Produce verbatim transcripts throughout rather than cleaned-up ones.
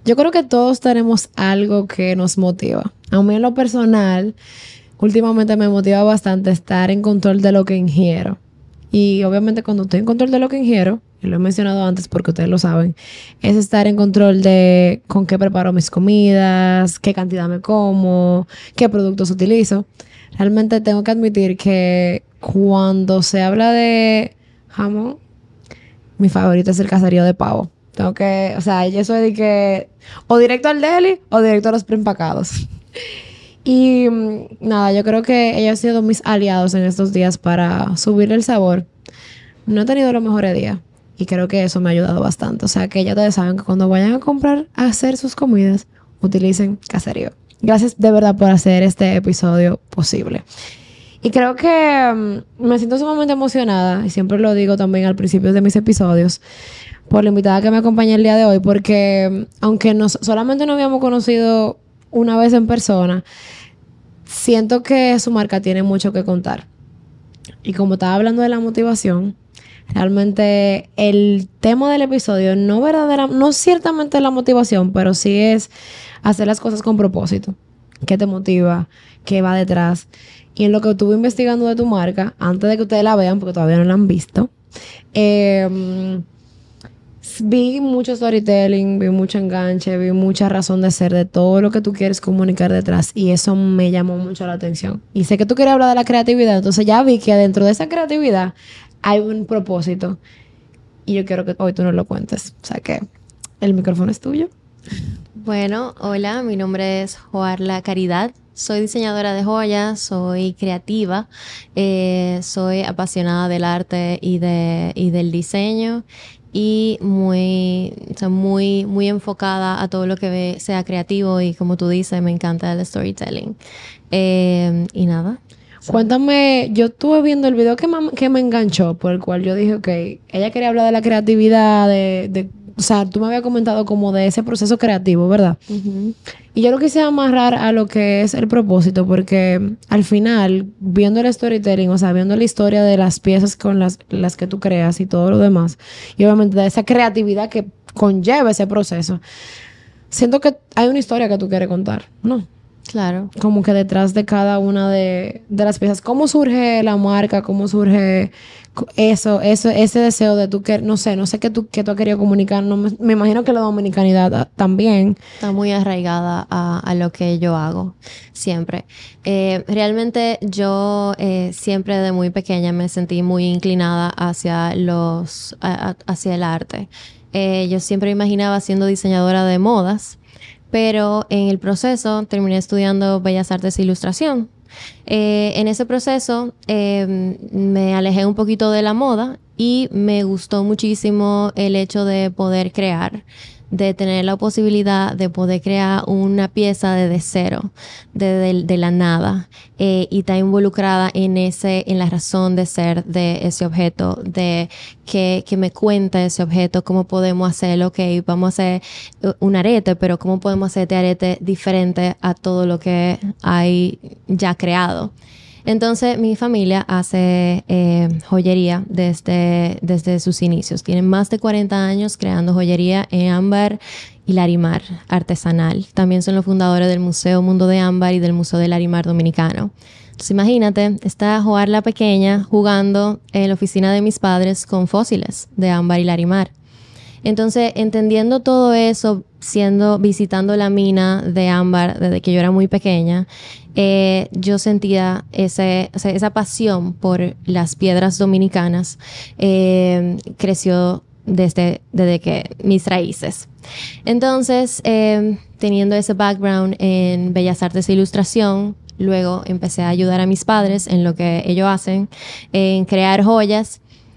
Yo creo que todos tenemos algo que nos motiva. A mí en lo personal, últimamente me motiva bastante estar en control de lo que ingiero. Y obviamente cuando estoy en control de lo que ingiero, y lo he mencionado antes porque ustedes lo saben, es estar en control de con qué preparo mis comidas, qué cantidad me como, qué productos utilizo. Realmente tengo que admitir que cuando se habla de jamón, mi favorito es el caserío de pavo. Tengo que, o sea, yo soy de que o directo al deli o directo a los preempacados. Y mm, nada, yo creo que ellos han sido mis aliados en estos días para subir el sabor. No he tenido los mejores días y creo que eso me ha ayudado bastante. O sea, que ya ustedes saben que cuando vayan a comprar, a hacer sus comidas, utilicen caserío. Gracias de verdad por hacer este episodio posible. Y creo que mm, me siento sumamente emocionada, y siempre lo digo también al principio de mis episodios, por la invitada que me acompaña el día de hoy, porque mm, aunque nos, solamente nos habíamos conocido una vez en persona, siento que su marca tiene mucho que contar. Y como estaba hablando de la motivación, realmente el tema del episodio no verdadera, no ciertamente la motivación, pero sí es hacer las cosas con propósito. ¿Qué te motiva? ¿Qué va detrás? Y en lo que estuve investigando de tu marca, antes de que ustedes la vean, porque todavía no la han visto, eh, vi mucho storytelling, vi mucho enganche, vi mucha razón de ser de todo lo que tú quieres comunicar detrás, y eso me llamó mucho la atención. Y sé que tú querías hablar de la creatividad, entonces ya vi que dentro de esa creatividad hay un propósito, y yo quiero que hoy tú nos lo cuentes. O sea que el micrófono es tuyo. Bueno, hola, mi nombre es Joarla Caridad. Soy diseñadora de joyas, soy creativa, eh, soy apasionada del arte y, de, y del diseño, y muy, o sea, muy, muy enfocada a todo lo que ve, sea creativo, y como tú dices, me encanta el storytelling. Eh, y nada. Cuéntame, yo estuve viendo el video que me, que me enganchó, por el cual yo dije, ok, ella quería hablar de la creatividad, de, de, o sea, tú me habías comentado como de ese proceso creativo, ¿verdad? Uh-huh. Y yo lo quise amarrar a lo que es el propósito, porque al final, viendo el storytelling, o sea, viendo la historia de las piezas con las, las que tú creas y todo lo demás, y obviamente de esa creatividad que conlleva ese proceso, siento que hay una historia que tú quieres contar, ¿no? Claro. Como que detrás de cada una de, de las piezas. ¿Cómo surge la marca? ¿Cómo surge eso, eso, ese deseo de tú que, no sé, no sé qué tú, qué tú has querido comunicar? No me, me imagino que la dominicanidad también. Está muy arraigada a, a lo que yo hago siempre. Eh, realmente yo eh, siempre de muy pequeña me sentí muy inclinada hacia los, a, a, hacia el arte. Eh, yo siempre imaginaba siendo diseñadora de modas, pero en el proceso terminé estudiando Bellas Artes e Ilustración. Eh, en ese proceso eh, me alejé un poquito de la moda y me gustó muchísimo el hecho de poder crear, de tener la posibilidad de poder crear una pieza desde cero, de, de, de la nada, eh, y estar involucrada en ese, en la razón de ser de ese objeto, de que, que me cuenta ese objeto, cómo podemos hacerlo. Ok, vamos a hacer un arete, pero cómo podemos hacer este arete diferente a todo lo que hay ya creado. Entonces, mi familia hace eh, joyería desde, desde sus inicios. Tienen más de cuarenta años creando joyería en ámbar y larimar artesanal. También son los fundadores del Museo Mundo de Ámbar y del Museo de Larimar Dominicano. Entonces, imagínate, está Joarla pequeña jugando en la oficina de mis padres con fósiles de ámbar y larimar. Entonces, entendiendo todo eso, siendo, visitando la mina de ámbar desde que yo era muy pequeña, eh, yo sentía ese, o sea, esa pasión por las piedras dominicanas, eh, creció desde, desde que mis raíces. Entonces, eh, teniendo ese background en Bellas Artes e Ilustración, luego empecé a ayudar a mis padres en lo que ellos hacen, en crear joyas.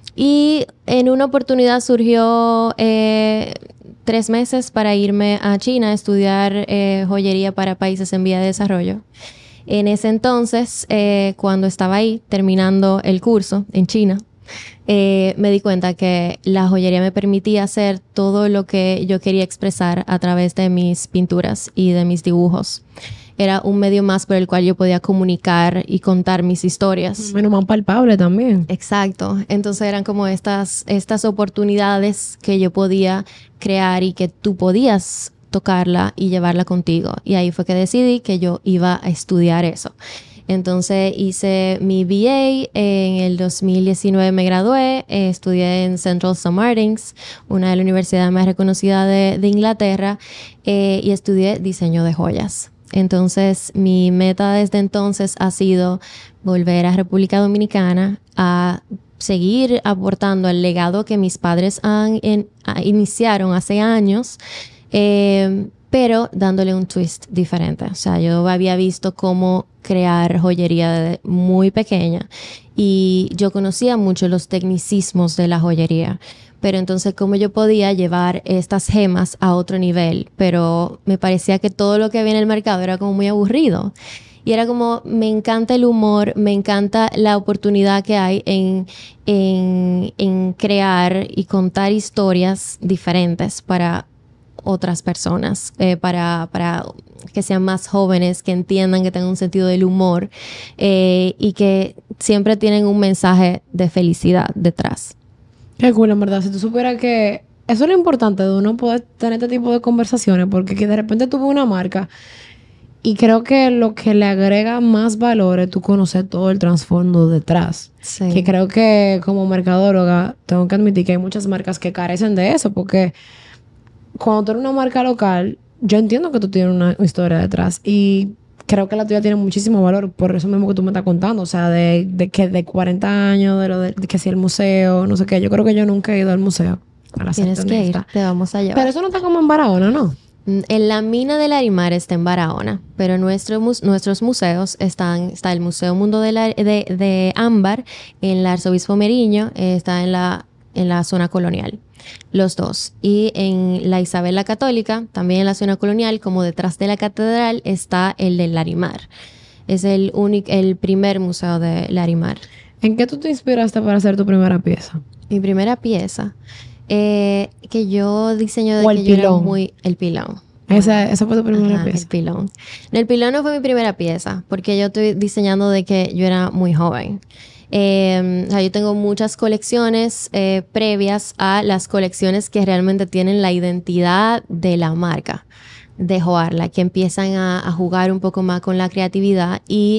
Y en una oportunidad surgió eh, tres meses para irme a China a estudiar eh, joyería para países en vía de desarrollo. En ese entonces, eh, cuando estaba ahí terminando el curso en China, eh, me di cuenta que la joyería me permitía hacer todo lo que yo quería expresar a través de mis pinturas y de mis dibujos. Era un medio más por el cual yo podía comunicar y contar mis historias. Menos más palpable también. Exacto. Entonces eran como estas, estas oportunidades que yo podía crear y que tú podías tocarla y llevarla contigo. Y ahí fue que decidí que yo iba a estudiar eso. Entonces hice mi B A, en el dos mil diecinueve me gradué, eh, estudié en Central Saint Martins, una de las universidades más reconocidas de, de Inglaterra, eh, y estudié diseño de joyas. Entonces mi meta desde entonces ha sido volver a República Dominicana a seguir aportando el legado que mis padres han en, a, iniciaron hace años, eh, pero dándole un twist diferente. O sea, yo había visto cómo crear joyería desde muy pequeña y yo conocía mucho los tecnicismos de la joyería, pero entonces cómo yo podía llevar estas gemas a otro nivel, pero me parecía que todo lo que había en el mercado era como muy aburrido. Y era como, me encanta el humor, me encanta la oportunidad que hay en, en, en crear y contar historias diferentes para otras personas, eh, para, para que sean más jóvenes, que entiendan, que tengan un sentido del humor, eh, y que siempre tienen un mensaje de felicidad detrás. Qué cool, en verdad. Si tú supieras que eso es lo importante de uno poder tener este tipo de conversaciones, porque que de repente tuve una marca y creo que lo que le agrega más valor es tú conocer todo el trasfondo detrás. Sí. Que creo que como mercadóloga tengo que admitir que hay muchas marcas que carecen de eso, porque cuando tú eres una marca local, yo entiendo que tú tienes una historia detrás y creo que la tuya tiene muchísimo valor por eso mismo que tú me estás contando, o sea, de, de que de cuarenta años, de lo de, de que si el museo, no sé qué. Yo creo que yo nunca he ido al museo. Para Tienes que ir, te vamos a llevar. Pero eso no está como en Barahona, ¿no? En la mina de Larimar está en Barahona, pero nuestro, nuestros museos están, está el Museo Mundo de, la, de, de Ámbar, en la Arzobispo Meriño, eh, está en la, en la zona colonial. Los dos. Y en la Isabel la Católica, también en la zona colonial, como detrás de la catedral, está el de Larimar. Es el único, el primer museo de Larimar. ¿En qué tú te inspiraste para hacer tu primera pieza? Mi primera pieza, eh, que yo diseño de o que el yo era pilón. muy... El pilón. Esa, esa fue tu primera Ajá, pieza. el pilón. No, el pilón no fue mi primera pieza, porque yo estoy diseñando de que yo era muy joven. Eh, o sea, yo tengo muchas colecciones eh, previas a las colecciones que realmente tienen la identidad de la marca de Joarla, que empiezan a, a jugar un poco más con la creatividad. Y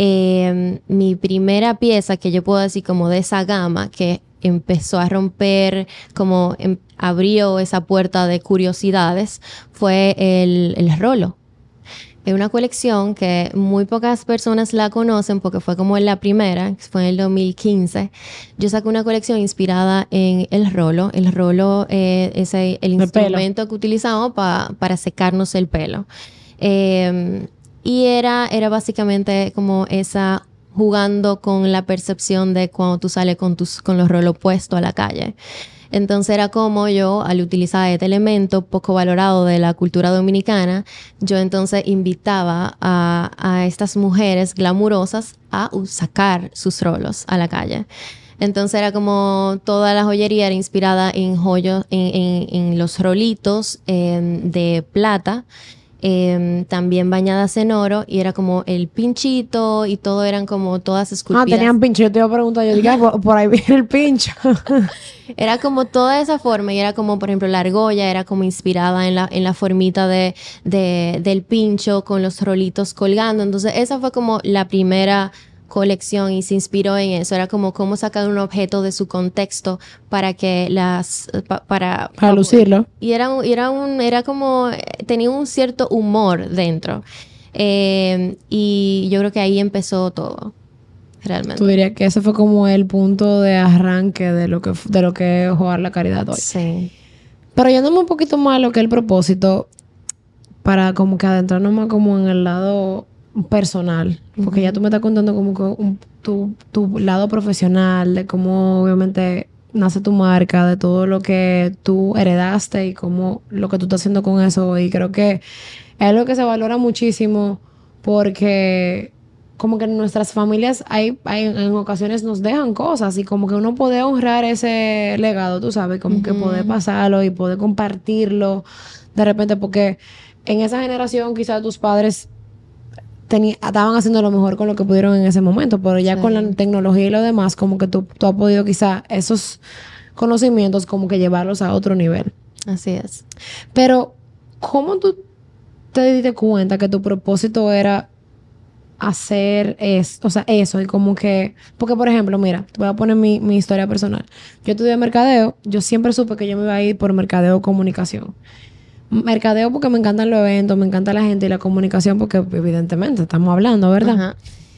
eh, mi primera pieza, que yo puedo decir como de esa gama, que empezó a romper, como em, abrió esa puerta de curiosidades, fue el, el rolo. Es una colección que muy pocas personas la conocen porque fue como la primera, fue en el dos mil quince. Yo saqué una colección inspirada en el rolo. El rolo eh, es el, el instrumento pelo. que utilizamos pa, para secarnos el pelo. Eh, y era, era básicamente como esa, jugando con la percepción de cuando tú sales con, tus, con los rolos puestos a la calle. Entonces era como yo, al utilizar este elemento poco valorado de la cultura dominicana, yo entonces invitaba a, a estas mujeres glamurosas a sacar sus rolos a la calle. Entonces era como toda la joyería era inspirada en joyos, en, en, en los rolitos eh, de plata, eh, también bañadas en oro, y era como el pinchito y todo eran como todas esculpidas. Ah, tenían pincho. Yo te iba a preguntar, yo dije, por, por ahí viene el pincho. Era como toda esa forma, y era como, por ejemplo, la argolla era como inspirada en la, en la formita de, de, del pincho con los rolitos colgando. Entonces esa fue como la primera colección y se inspiró en eso. Era como cómo sacar un objeto de su contexto para que las... Pa, para, para lucirlo. Y era, un, era, un, era como... Tenía un cierto humor dentro. Eh, y yo creo que ahí empezó todo. Realmente. Tú dirías que ese fue como el punto de arranque de lo que, de lo que es Jugar la Caridad hoy. Sí. Pero yéndome un poquito más a lo que es el propósito, para como que adentrarnos más como en el lado personal, porque uh-huh. ya tú me estás contando como que un, tu, tu lado profesional, de cómo obviamente nace tu marca, de todo lo que tú heredaste y cómo lo que tú estás haciendo con eso. Y creo que es algo que se valora muchísimo porque como que en nuestras familias hay, hay en ocasiones nos dejan cosas y como que uno puede honrar ese legado, tú sabes, como uh-huh. que poder pasarlo y poder compartirlo de repente, porque en esa generación quizás tus padres Tení, estaban haciendo lo mejor con lo que pudieron en ese momento, pero ya sí. con la tecnología y lo demás, como que tú, tú has podido quizá esos conocimientos como que llevarlos a otro nivel. Así es. Pero ¿cómo tú te diste cuenta que tu propósito era hacer es, o sea, eso? Y como que, porque por ejemplo, mira, te voy a poner mi, mi historia personal. Yo estudié mercadeo, yo siempre supe que yo me iba a ir por mercadeo o comunicación. Mercadeo porque me encantan los eventos, me encanta la gente, y la comunicación porque evidentemente estamos hablando, ¿verdad? Ajá.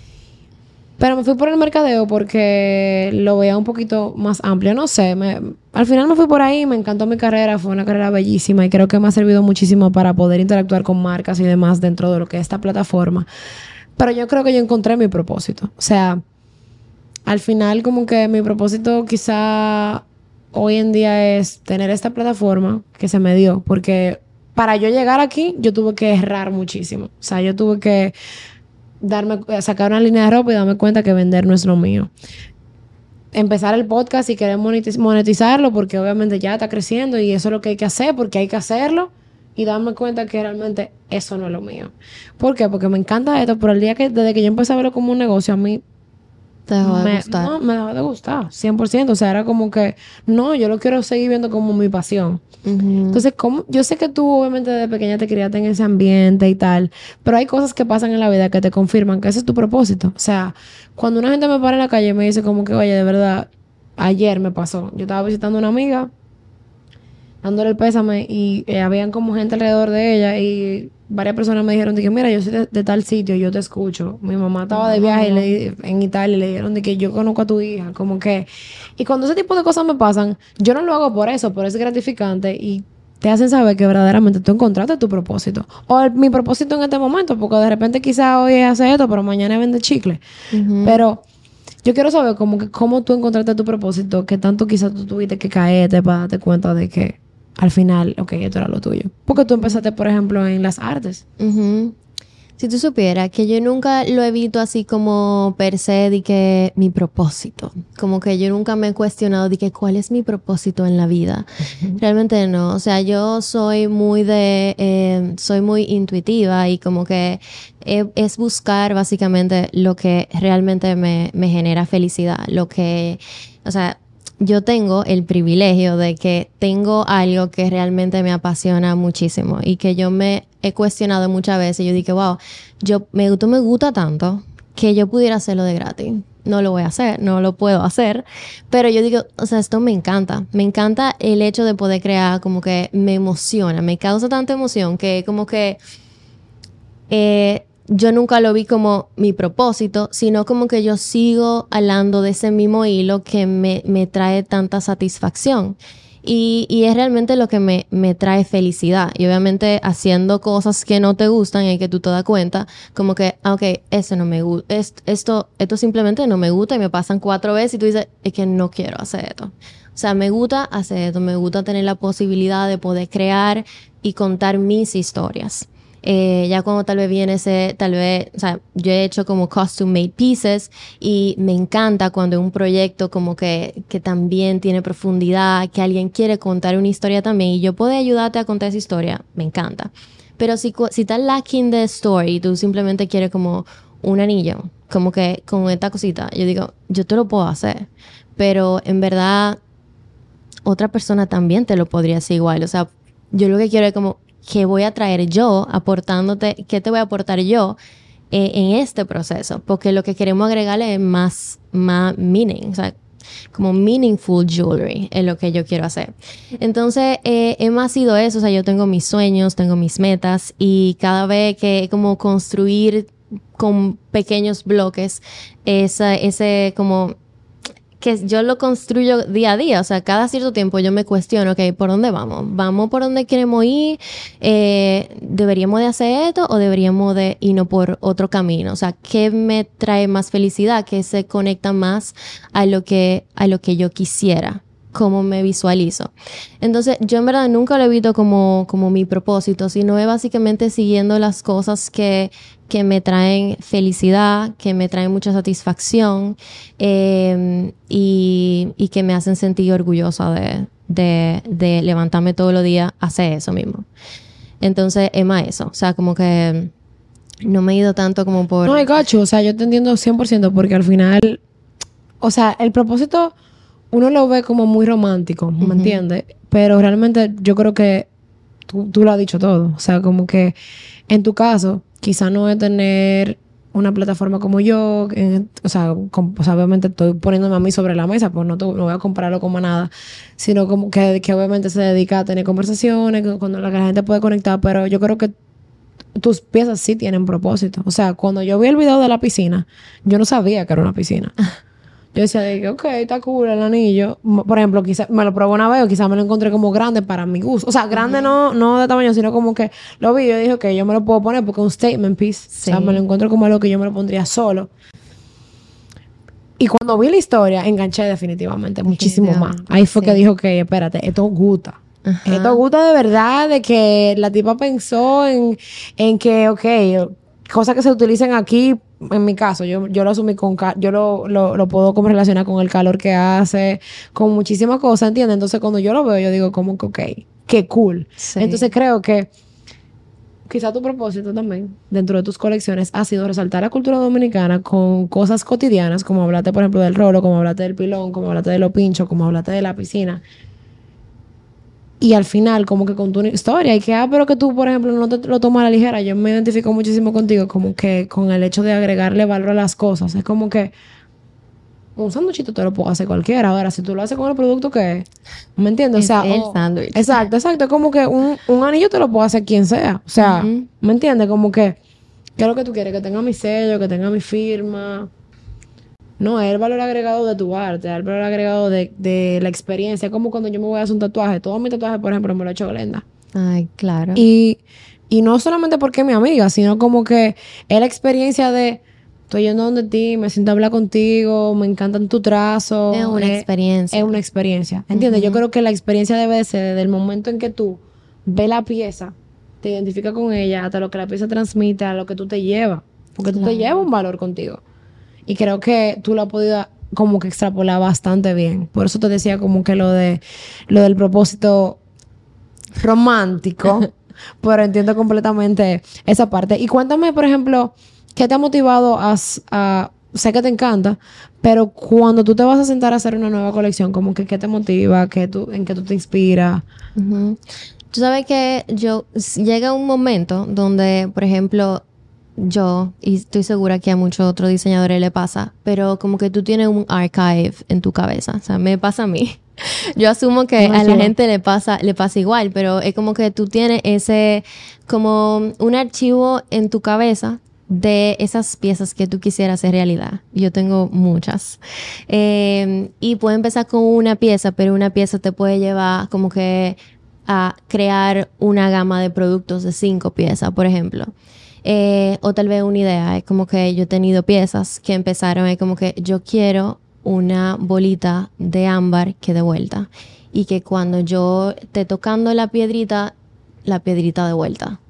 Pero me fui por el mercadeo porque lo veía un poquito más amplio. No sé, me, al final me fui por ahí, me encantó mi carrera, fue una carrera bellísima y creo que me ha servido muchísimo para poder interactuar con marcas y demás dentro de lo que es esta plataforma. Pero yo creo que yo encontré mi propósito. O sea, al final como que mi propósito quizá hoy en día es tener esta plataforma que se me dio. Porque para yo llegar aquí, yo tuve que errar muchísimo. O sea, yo tuve que darme, sacar una línea de ropa y darme cuenta que vender no es lo mío. Empezar el podcast y querer monetiz- monetizarlo porque obviamente ya está creciendo y eso es lo que hay que hacer porque hay que hacerlo, y darme cuenta que realmente eso no es lo mío. ¿Por qué? Porque me encanta esto, pero el día que, desde que yo empecé a verlo como un negocio, a mí Te dejó de me, gustar. no, me dejó de gustar, cien por ciento. O sea, era como que, no, yo lo quiero seguir viendo como mi pasión. Ujú. Entonces, ¿cómo? Yo sé que tú obviamente desde pequeña te criaste en ese ambiente y tal, pero hay cosas que pasan en la vida que te confirman que ese es tu propósito. O sea, cuando una gente me para en la calle y me dice como que, oye, de verdad, ayer me pasó. Yo estaba visitando a una amiga, dándole el pésame, y eh, habían como gente alrededor de ella y varias personas me dijeron de que, mira, yo soy de, de tal sitio, yo te escucho. Mi mamá estaba de viaje y le di- en Italia y le dijeron de que yo conozco a tu hija, como que... Y cuando ese tipo de cosas me pasan, yo no lo hago por eso, pero es gratificante y te hacen saber que verdaderamente tú encontraste tu propósito. O el- mi propósito en este momento, porque de repente quizá hoy es hacer esto, pero mañana es vender chicle. Ujú. Pero yo quiero saber como que cómo tú encontraste tu propósito, que tanto quizás tú tuviste que caerte para darte cuenta de que al final, ok, esto era lo tuyo. Porque tú empezaste, por ejemplo, en las artes. Ujú. Si tú supieras que yo nunca lo he visto así como per se de que mi propósito, como que yo nunca me he cuestionado de que cuál es mi propósito en la vida. Realmente no, o sea, yo soy muy de, eh, soy muy intuitiva y como que eh, es buscar básicamente lo que realmente me, me genera felicidad, lo que, o sea, yo tengo el privilegio de que tengo algo que realmente me apasiona muchísimo y que yo me he cuestionado muchas veces. Yo dije, wow, yo, me, esto me gusta tanto que yo pudiera hacerlo de gratis. No lo voy a hacer, no lo puedo hacer, pero yo digo, o sea, esto me encanta. Me encanta el hecho de poder crear, como que me emociona, me causa tanta emoción que como que... Eh, yo nunca lo vi como mi propósito, sino como que yo sigo hablando de ese mismo hilo que me, me trae tanta satisfacción. Y, y es realmente lo que me, me trae felicidad. Y obviamente haciendo cosas que no te gustan y que tú te das cuenta, como que, ah, ok, eso no me gusta, esto, esto simplemente no me gusta y me pasan cuatro veces y tú dices, es que no quiero hacer esto. O sea, me gusta hacer esto, me gusta tener la posibilidad de poder crear y contar mis historias. Eh, ya cuando tal vez viene ese, tal vez, o sea, yo he hecho como custom made pieces y me encanta cuando es un proyecto como que, que también tiene profundidad, que alguien quiere contar una historia también y yo puedo ayudarte a contar esa historia, me encanta. Pero si, si estás lacking the story y tú simplemente quieres como un anillo, como que con esta cosita, yo digo, yo te lo puedo hacer, pero en verdad otra persona también te lo podría hacer igual, o sea, yo lo que quiero es como ¿qué voy a traer yo aportándote? ¿Qué te voy a aportar yo eh, en este proceso? Porque lo que queremos agregarle es más, más meaning, o sea, como meaningful jewelry es lo que yo quiero hacer. Entonces, eh, es más sido eso, o sea, yo tengo mis sueños, tengo mis metas y cada vez que como construir con pequeños bloques esa, ese como que yo lo construyo día a día, o sea, cada cierto tiempo yo me cuestiono, ok, ¿por dónde vamos? ¿Vamos por donde queremos ir? Eh, ¿Deberíamos de hacer esto o deberíamos de irnos por otro camino? O sea, ¿qué me trae más felicidad? ¿Qué se conecta más a lo que, a lo que yo quisiera? ¿Cómo me visualizo? Entonces, yo en verdad nunca lo he visto como, como mi propósito, sino es básicamente siguiendo las cosas que, que me traen felicidad, que me traen mucha satisfacción eh, y, y que me hacen sentir orgullosa de, de, de levantarme todos los días a hacer eso mismo. Entonces, es más eso. O sea, como que no me he ido tanto como por... No, I got you. O sea, yo te entiendo cien por ciento porque al final, o sea, el propósito uno lo ve como muy romántico, ¿me Ujú. entiendes? Pero realmente yo creo que tú, tú lo has dicho todo. O sea, como que en tu caso, quizá no es tener una plataforma como yo, en- o sea, com- o sea, obviamente estoy poniéndome a mí sobre la mesa, pues no, te- no voy a compararlo como nada, sino como que, que obviamente se dedica a tener conversaciones, que cuando la, que la gente puede conectar, pero yo creo que tus piezas sí tienen propósito. O sea, cuando yo vi el video de la piscina, yo no sabía que era una piscina. Yo decía, de que, ok, está cool el anillo. M- Por ejemplo, quizá me lo probé una vez o quizá me lo encontré como grande para mi gusto. O sea, grande no, no de tamaño, sino como que lo vi y yo dije, ok, yo me lo puedo poner porque es un statement piece. O sea, me lo Sí. encuentro como algo que yo me lo pondría solo. Y cuando vi la historia, enganché definitivamente muchísimo más. Definitivamente, Ahí fue que sí. dijo que, espérate, esto gusta. Ajá. Esto gusta de verdad, de que la tipa pensó en, en que, ok, cosas que se utilizan aquí, en mi caso, yo, yo lo asumí con, ca- yo lo, lo, lo puedo como relacionar con el calor que hace, con muchísimas cosas, ¿entiendes? Entonces cuando yo lo veo, yo digo como que, ok, qué cool. Sí. Entonces creo que quizá tu propósito también dentro de tus colecciones ha sido resaltar la cultura dominicana con cosas cotidianas, como hablaste, por ejemplo, del rolo, como hablaste del pilón, como hablaste de los pinchos, como hablaste de la piscina. Y al final, como que con tu historia, y que, ah, pero que tú, por ejemplo, no te lo tomas a la ligera. Yo me identifico muchísimo contigo, como que con el hecho de agregarle valor a las cosas. Es como que un sanduchito te lo puedo hacer cualquiera. Ahora, si tú lo haces con el producto que es, ¿me entiendes? O Es sea, el o- sándwich. exacto, exacto. Es como que un, un anillo te lo puedo hacer quien sea. O sea, Ujú. ¿me entiendes? Como que, ¿qué es lo que tú quieres? Que tenga mi sello, que tenga mi firma. No, es el valor agregado de tu arte, es el valor agregado de, de la experiencia. Es como cuando yo me voy a hacer un tatuaje. Todos mis tatuajes, por ejemplo, me lo ha hecho Glenda. Ay, claro. Y, y no solamente porque es mi amiga, sino como que es la experiencia de estoy yendo donde ti, me siento a hablar contigo, me encantan tu trazo. Es una eh, experiencia. Es una experiencia. ¿Entiendes? Yo Ujú. creo que la experiencia debe de ser desde el momento en que tú ves la pieza, te identificas con ella, hasta lo que la pieza transmite, a lo que tú te llevas. Porque tú te Claro. llevas un valor contigo. Y creo que tú lo has podido como que extrapolar bastante bien. Por eso te decía como que lo de lo del propósito romántico, pero entiendo completamente esa parte. Y cuéntame, por ejemplo, ¿qué te ha motivado a, s- a- sé que te encanta, pero cuando tú te vas a sentar a hacer una nueva colección, como que qué te motiva, qué tú, en qué tú te inspiras? Ujú. Tú sabes que yo s- llega un momento donde, por ejemplo, yo, y estoy segura que a muchos otros diseñadores le pasa, pero como que tú tienes un archive en tu cabeza. O sea, me pasa a mí. Yo asumo que No, a sí la va. gente le pasa, le pasa igual, pero es como que tú tienes ese, como un archivo en tu cabeza de esas piezas que tú quisieras hacer realidad. Yo tengo muchas. Eh, y puede empezar con una pieza, pero una pieza te puede llevar como que a crear una gama de productos de cinco piezas, por ejemplo. Eh, o tal vez una idea, es como que yo he tenido piezas que empezaron, es como que yo quiero una bolita de ámbar que de vuelta. Y que cuando yo esté tocando la piedrita, la piedrita de vuelta.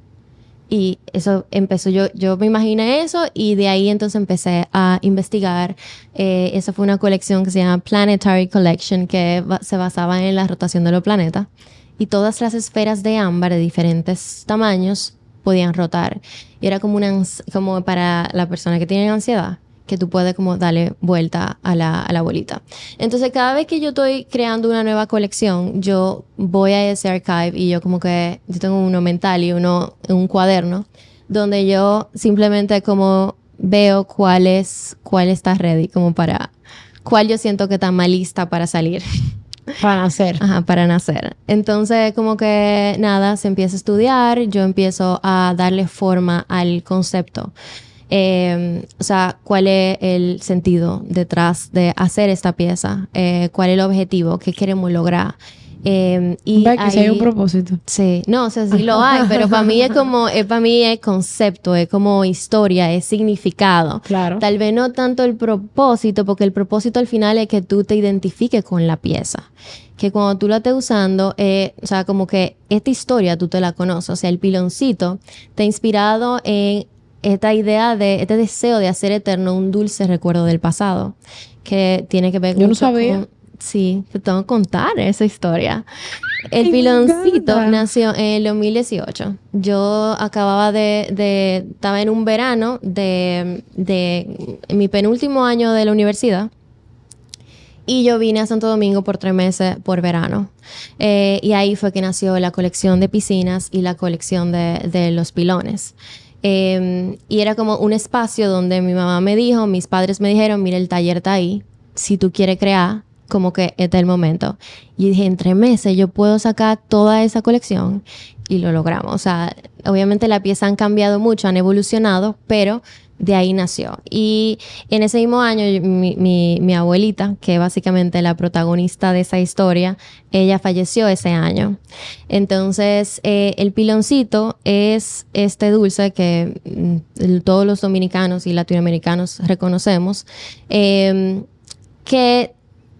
Y eso empezó, yo, yo me imaginé eso y de ahí entonces empecé a investigar. Eh, esa fue una colección que se llama Planetary Collection, que ba- se basaba en la rotación de los planetas. Y todas las esferas de ámbar de diferentes tamaños podían rotar. Y era como, una, ans- como para la persona que tiene ansiedad, que tú puedes como darle vuelta a la, a la bolita. Entonces, cada vez que yo estoy creando una nueva colección, yo voy a ese archive y yo como que, yo tengo uno mental y uno en un cuaderno, donde yo simplemente como veo cuál es, cuál está ready, como para, cuál yo siento que está más lista para salir. Para nacer. Ajá, para nacer. Entonces, como que nada, se empieza a estudiar, yo empiezo a darle forma al concepto. Eh, o sea, cuál es el sentido detrás de hacer esta pieza, eh, cuál es el objetivo, qué queremos lograr. Eh, y Ve que sí hay un ahí, propósito. sí, no, o sea, sí lo hay, pero para mí es como, es para mí es concepto, es como historia, es significado. Claro. Tal vez no tanto el propósito, porque el propósito al final es que tú te identifiques con la pieza. Que cuando tú la estés usando, eh, o sea, como que esta historia tú te la conoces. O sea, el piloncito te ha inspirado en esta idea de, este deseo de hacer eterno un dulce recuerdo del pasado. Que tiene que ver Yo no mucho sabía. con... Sí, te tengo que contar esa historia. El Ay, me piloncito encanta. nació en el dos mil dieciocho. Yo acababa de, de estaba en un verano de, de mi penúltimo año de la universidad Y yo vine a Santo Domingo por tres meses por verano. Eh, y ahí fue que nació la colección de piscinas y la colección de, de los pilones. Eh, y era como un espacio donde mi mamá me dijo, mis padres me dijeron, mira, el taller está ahí. Si tú quieres crear, como que este es el momento. Y dije, en tres meses yo puedo sacar toda esa colección. Y lo logramos. O sea, obviamente las piezas han cambiado mucho, han evolucionado, pero de ahí nació. Y en ese mismo año, mi, mi, mi abuelita, que es básicamente la protagonista de esa historia, ella falleció ese año. Entonces, eh, el piloncito es este dulce que mm, todos los dominicanos y latinoamericanos reconocemos, eh, que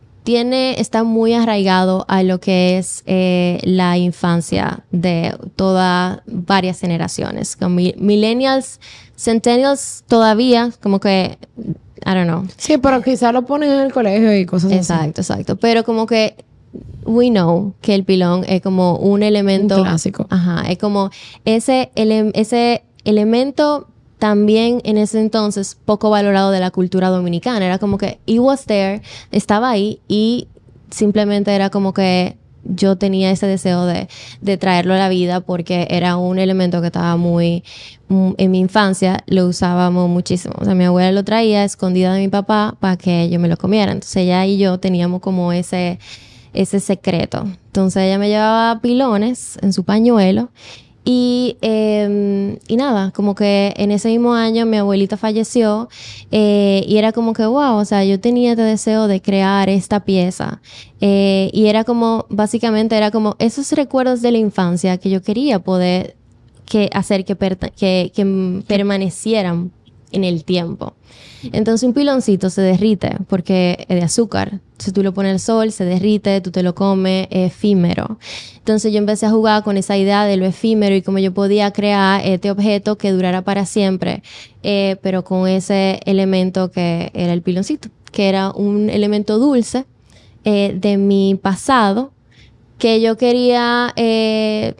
tiene, está muy arraigado a lo que es eh, la infancia de todas varias generaciones. Como millennials, centennials todavía, como que, I don't know. Sí, pero quizás lo ponen en el colegio y cosas exacto, así. Exacto, exacto. Pero como que we know que el pilón es como un elemento... Un clásico. Ajá, es como ese, ele ese elemento también en ese entonces poco valorado de la cultura dominicana. Era como que it was there, estaba ahí y simplemente era como que yo tenía ese deseo de, de traerlo a la vida porque era un elemento que estaba muy... Mm, en mi infancia lo usábamos muchísimo. O sea, mi abuela lo traía escondida de mi papá para que yo me lo comiera. Entonces ella y yo teníamos como ese, ese secreto. Entonces ella me llevaba pilones en su pañuelo. Y, eh, y nada, como que en ese mismo año mi abuelita falleció eh, y era como que wow, o sea, yo tenía este deseo de crear esta pieza eh, y era como, básicamente era como esos recuerdos de la infancia que yo quería poder que hacer que, que, que permanecieran en el tiempo. Entonces un piloncito se derrite porque es de azúcar. Si tú lo pones al sol, se derrite, tú te lo comes, es efímero. Entonces yo empecé a jugar con esa idea de lo efímero y cómo yo podía crear este objeto que durara para siempre, eh, pero con ese elemento que era el piloncito, que era un elemento dulce eh, de mi pasado que yo quería eh,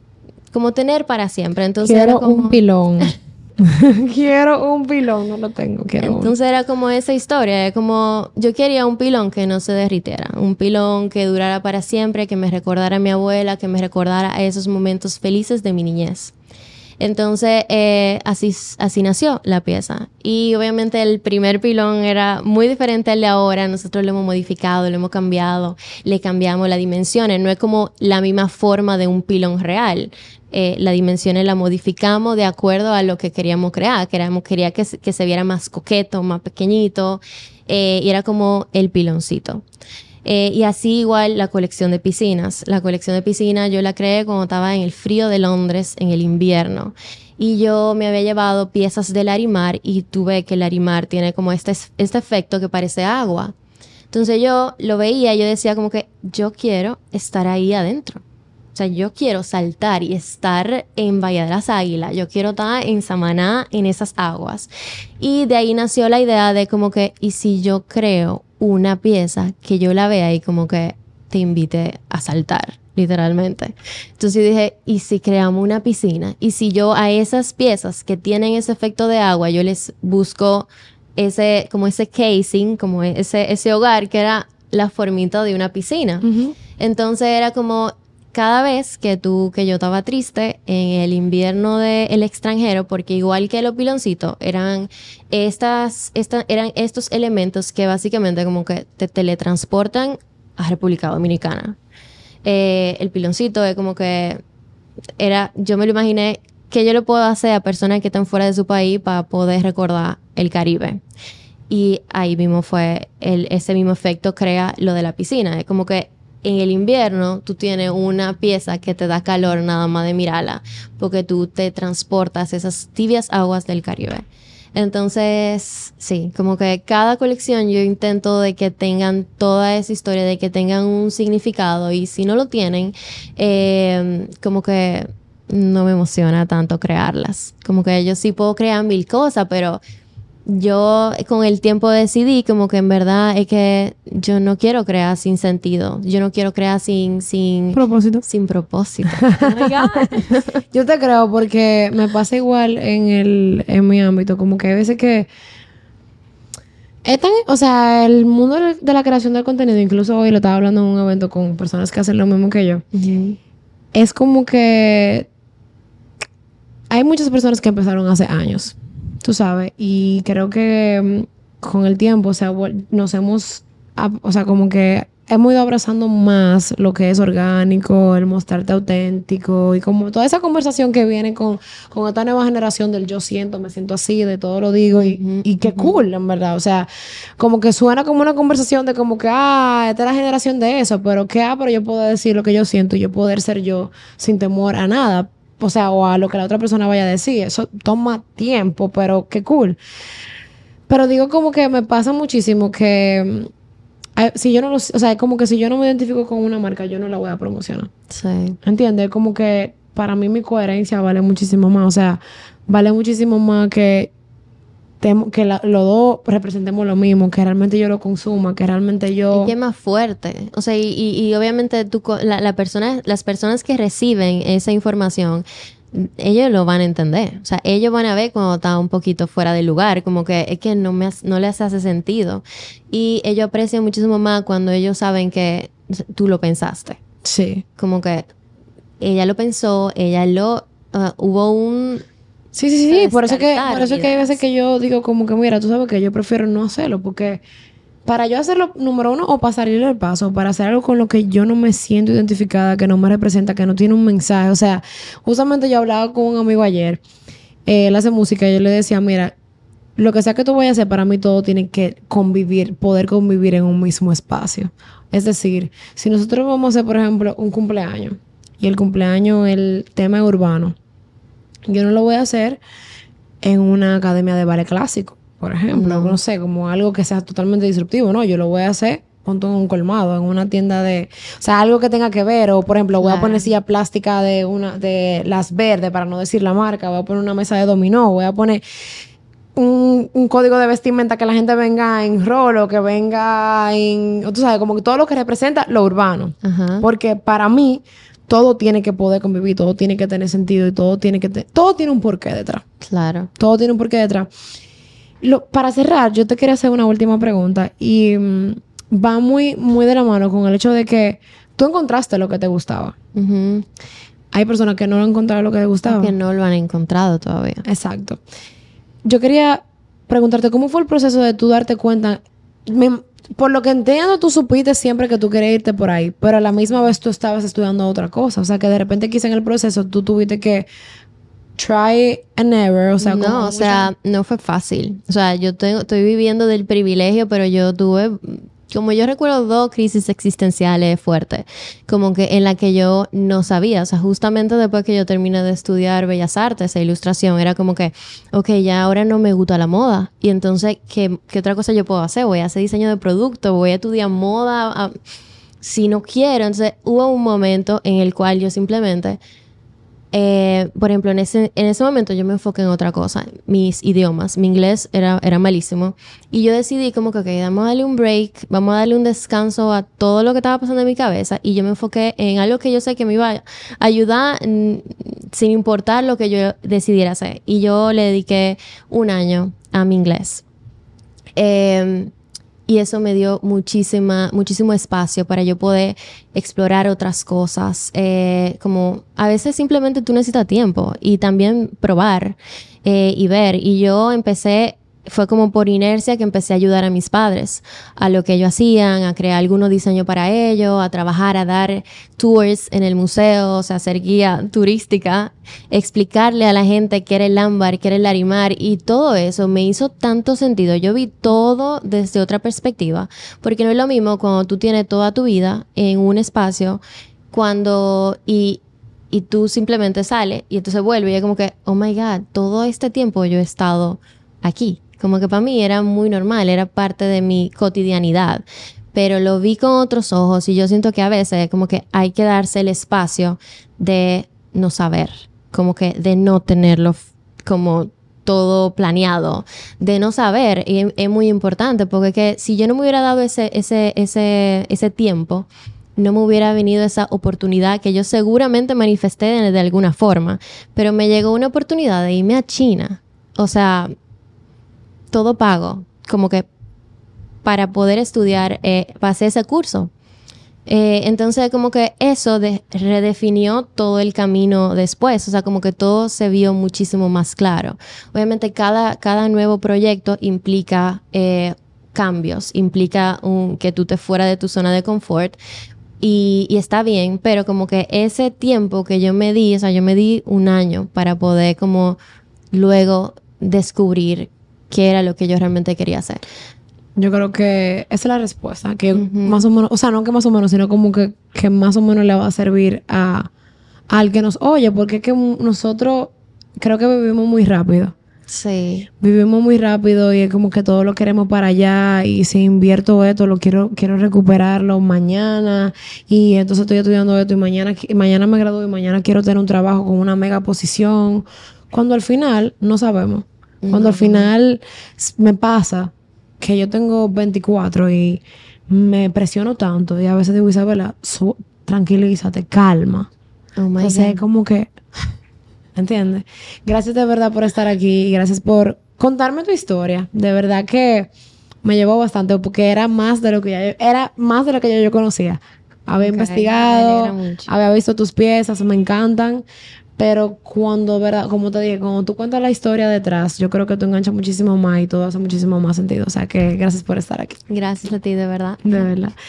como tener para siempre. Entonces Quiero era como... un pilón. Quiero un pilón, no lo tengo, quiero Entonces uno. era como esa historia, es como yo quería un pilón que no se derritiera, un pilón que durara para siempre, que me recordara a mi abuela, que me recordara a esos momentos felices de mi niñez. Entonces eh, así, así nació la pieza. Y obviamente el primer pilón era muy diferente al de ahora. Nosotros lo hemos modificado, lo hemos cambiado, le cambiamos las dimensiones. No es como la misma forma de un pilón real. Eh, las dimensiones las modificamos de acuerdo a lo que queríamos crear. Queríamos, quería que, que se viera más coqueto, más pequeñito. Eh, y era como el piloncito. Eh, y así igual la colección de piscinas. La colección de piscinas yo la creé cuando estaba en el frío de Londres, en el invierno. Y yo me había llevado piezas del Larimar y tuve que el Larimar tiene como este, este efecto que parece agua. Entonces yo lo veía y yo decía como que yo quiero estar ahí adentro. O sea, yo quiero saltar y estar en Bahía de las Águilas. Yo quiero estar en Samaná, en esas aguas. Y de ahí nació la idea de como que, ¿y si yo creo una pieza que yo la vea y como que te invite a saltar, literalmente? Entonces yo dije, ¿y si creamos una piscina? Y si yo a esas piezas que tienen ese efecto de agua, yo les busco ese, como ese casing, como ese, ese hogar que era la formita de una piscina. Uh-huh. Entonces era como... Cada vez que tú, que yo estaba triste en el invierno del extranjero, porque igual que los piloncitos, eran estas, esta, eran estos elementos que básicamente como que te teletransportan a República Dominicana. Eh, el piloncito es como que era, yo me lo imaginé que yo lo puedo hacer a personas que están fuera de su país para poder recordar el Caribe. Y ahí mismo fue, el, ese mismo efecto crea lo de la piscina. Es como que en el invierno tú tienes una pieza que te da calor nada más de mirarla, porque tú te transportas esas tibias aguas del Caribe. Entonces, sí, como que cada colección yo intento de que tengan toda esa historia, de que tengan un significado, y si no lo tienen, eh, como que no me emociona tanto crearlas. Como que yo sí puedo crear mil cosas, pero yo con el tiempo decidí como que en verdad es que yo no quiero crear sin sentido. Yo no quiero crear sin... sin propósito. Sin propósito. Oh my God. Yo te creo porque me pasa igual en el en mi ámbito. Como que hay veces que... Es tan, o sea, el mundo de de la creación del contenido, incluso hoy lo estaba hablando en un evento con personas que hacen lo mismo que yo, Ujú. es como que hay muchas personas que empezaron hace años, tú sabes, y creo que mm, con el tiempo, o sea, vuel- nos hemos, ap- o sea, como que hemos ido abrazando más lo que es orgánico, el mostrarte auténtico y como toda esa conversación que viene con, con esta nueva generación del yo siento, me siento así, de todo lo digo y, Ujú, y qué ujú. cool, en verdad, o sea, como que suena como una conversación de como que, ah, esta es la generación de eso, pero que, ah, pero yo puedo decir lo que yo siento y yo poder ser yo sin temor a nada. O sea, o a lo que la otra persona vaya a decir. Eso toma tiempo, pero qué cool. Pero digo como que me pasa muchísimo que mm, ay, si yo no lo, o sea, como que si yo no me identifico con una marca, yo no la voy a promocionar. Sí. ¿Entiendes? Como que para mí mi coherencia vale muchísimo más. O sea, vale muchísimo más que, temo- que la- los dos representemos lo mismo, que realmente yo lo consuma, que realmente Es yo... que es más fuerte. O sea, y, y, y obviamente tú, co- la, la persona, las personas que reciben esa información, ellos lo van a entender. O sea, ellos van a ver cuando está un poquito fuera de lugar, como que es que no, me, hace- no les hace sentido. Y ellos aprecian muchísimo más cuando ellos saben que tú lo pensaste. Sí. Como que ella lo pensó, ella lo... ah, hubo un Sí, sí, sí, por eso es que, descartar por eso es que hay veces ideas. que yo digo como que, mira, tú sabes que yo prefiero no hacerlo, porque para yo hacerlo, número uno, o para salir del paso, para hacer algo con lo que yo no me siento identificada, que no me representa, que no tiene un mensaje. O sea, justamente yo hablaba con un amigo ayer, eh, él hace música, y yo le decía, mira, lo que sea que tú vayas a hacer, para mí todo tiene que convivir, poder convivir en un mismo espacio. Es decir, si nosotros vamos a hacer, por ejemplo, un cumpleaños, y el cumpleaños, el tema es urbano, yo no lo voy a hacer en una academia de ballet clásico, por ejemplo. No No. sé, como algo que sea totalmente disruptivo, ¿no? Yo lo voy a hacer junto en un colmado, en una tienda de... O sea, algo que tenga que ver. O, por ejemplo, voy a poner Claro. silla plástica de una de las verdes, para no decir la marca. Voy a poner una mesa de dominó. Voy a poner un, un código de vestimenta que la gente venga en rolo, que venga en... Tú sabes, como que todo lo que representa lo urbano. Ajá. Porque para mí todo tiene que poder convivir, todo tiene que tener sentido y todo tiene que... te- todo tiene un porqué detrás. Claro. Todo tiene un porqué detrás. Lo- para cerrar, yo te quería hacer una última pregunta y mm, va muy, muy de la mano con el hecho de que tú encontraste lo que te gustaba. Ujú. Hay personas que no lo encontraron lo que les gustaba. Que no lo han encontrado todavía. Exacto. Yo quería preguntarte cómo fue el proceso de tú darte cuenta. Me- por lo que entiendo, tú supiste siempre que tú querías irte por ahí, pero a la misma vez tú estabas estudiando otra cosa. O sea, que de repente quizá en el proceso tú tuviste que try and error. O sea, como No, o mucha- sea, no fue fácil. O sea, yo tengo, estoy viviendo del privilegio, pero yo tuve, como yo recuerdo, dos crisis existenciales fuertes, como que en la que yo no sabía. O sea, justamente después que yo terminé de estudiar Bellas Artes e Ilustración, era como que, ok, ya ahora no me gusta la moda. Y entonces, ¿qué, qué otra cosa yo puedo hacer? Voy a hacer diseño de producto, voy a estudiar moda, a- si no quiero. Entonces, hubo un momento en el cual yo simplemente... Eh, por ejemplo, en ese, en ese momento yo me enfoqué en otra cosa, mis idiomas. Mi inglés era, era malísimo. Y yo decidí como que, ok, vamos a darle un break, vamos a darle un descanso a todo lo que estaba pasando en mi cabeza. Y yo me enfoqué en algo que yo sé que me iba a ayudar mm, sin importar lo que yo decidiera hacer. Y yo le dediqué un año a mi inglés. Eh, y eso me dio muchísima, muchísimo espacio para yo poder explorar otras cosas. Eh, como a veces simplemente tú necesitas tiempo y también probar eh, y ver. Y yo empecé, fue como por inercia que empecé a ayudar a mis padres a lo que ellos hacían, a crear algunos diseños para ellos, a trabajar, a dar tours en el museo, o sea, hacer guía turística, explicarle a la gente qué era el ámbar, qué era el larimar, y todo eso me hizo tanto sentido. Yo vi todo desde otra perspectiva, porque no es lo mismo cuando tú tienes toda tu vida en un espacio cuando y y tú simplemente sales y entonces vuelve y es como que, oh my God, todo este tiempo yo he estado aquí. Como que para mí era muy normal, era parte de mi cotidianidad. Pero lo vi con otros ojos y yo siento que a veces como que hay que darse el espacio de no saber, como que de no tenerlo f- como todo planeado, de no saber. Y es, es muy importante porque es que si yo no me hubiera dado ese, ese, ese, ese tiempo, no me hubiera venido esa oportunidad que yo seguramente manifesté de, de alguna forma. Pero me llegó una oportunidad de irme a China. O sea, todo pago, como que para poder estudiar, eh, pasé ese curso. Eh, entonces como que eso de, redefinió todo el camino después, o sea, como que todo se vio muchísimo más claro. Obviamente cada, cada nuevo proyecto implica eh, cambios, implica un, que tú te fuera de tu zona de confort y, y está bien, pero como que ese tiempo que yo me di, o sea, yo me di un año para poder como luego descubrir qué era lo que yo realmente quería hacer. Yo creo que esa es la respuesta, que Ujú. más o menos, o sea, no que más o menos, sino como que, que más o menos le va a servir a, al que nos oye, porque es que nosotros creo que vivimos muy rápido. Sí. Vivimos muy rápido y es como que todo lo queremos para allá y si invierto esto, lo quiero quiero recuperarlo mañana y entonces estoy estudiando esto y mañana, y mañana me gradúo y mañana quiero tener un trabajo con una mega posición. Cuando al final no sabemos. Cuando No. al final s- me pasa que yo tengo veinticuatro y me presiono tanto y a veces digo, Isabela, su- tranquilízate, calma. Oh my Entonces es God. como que, ¿entiendes? Gracias de verdad por estar aquí y gracias por contarme tu historia. De verdad que me llevó bastante porque era más de lo que ya yo, era más de lo que ya yo conocía. Había Ok, me investigado, alegra mucho. había visto tus piezas, me encantan. Pero cuando, verdad, como te dije, cuando tú cuentas la historia detrás, yo creo que tú enganchas muchísimo más y todo hace muchísimo más sentido. O sea que gracias por estar aquí. Gracias a ti, de verdad. De verdad.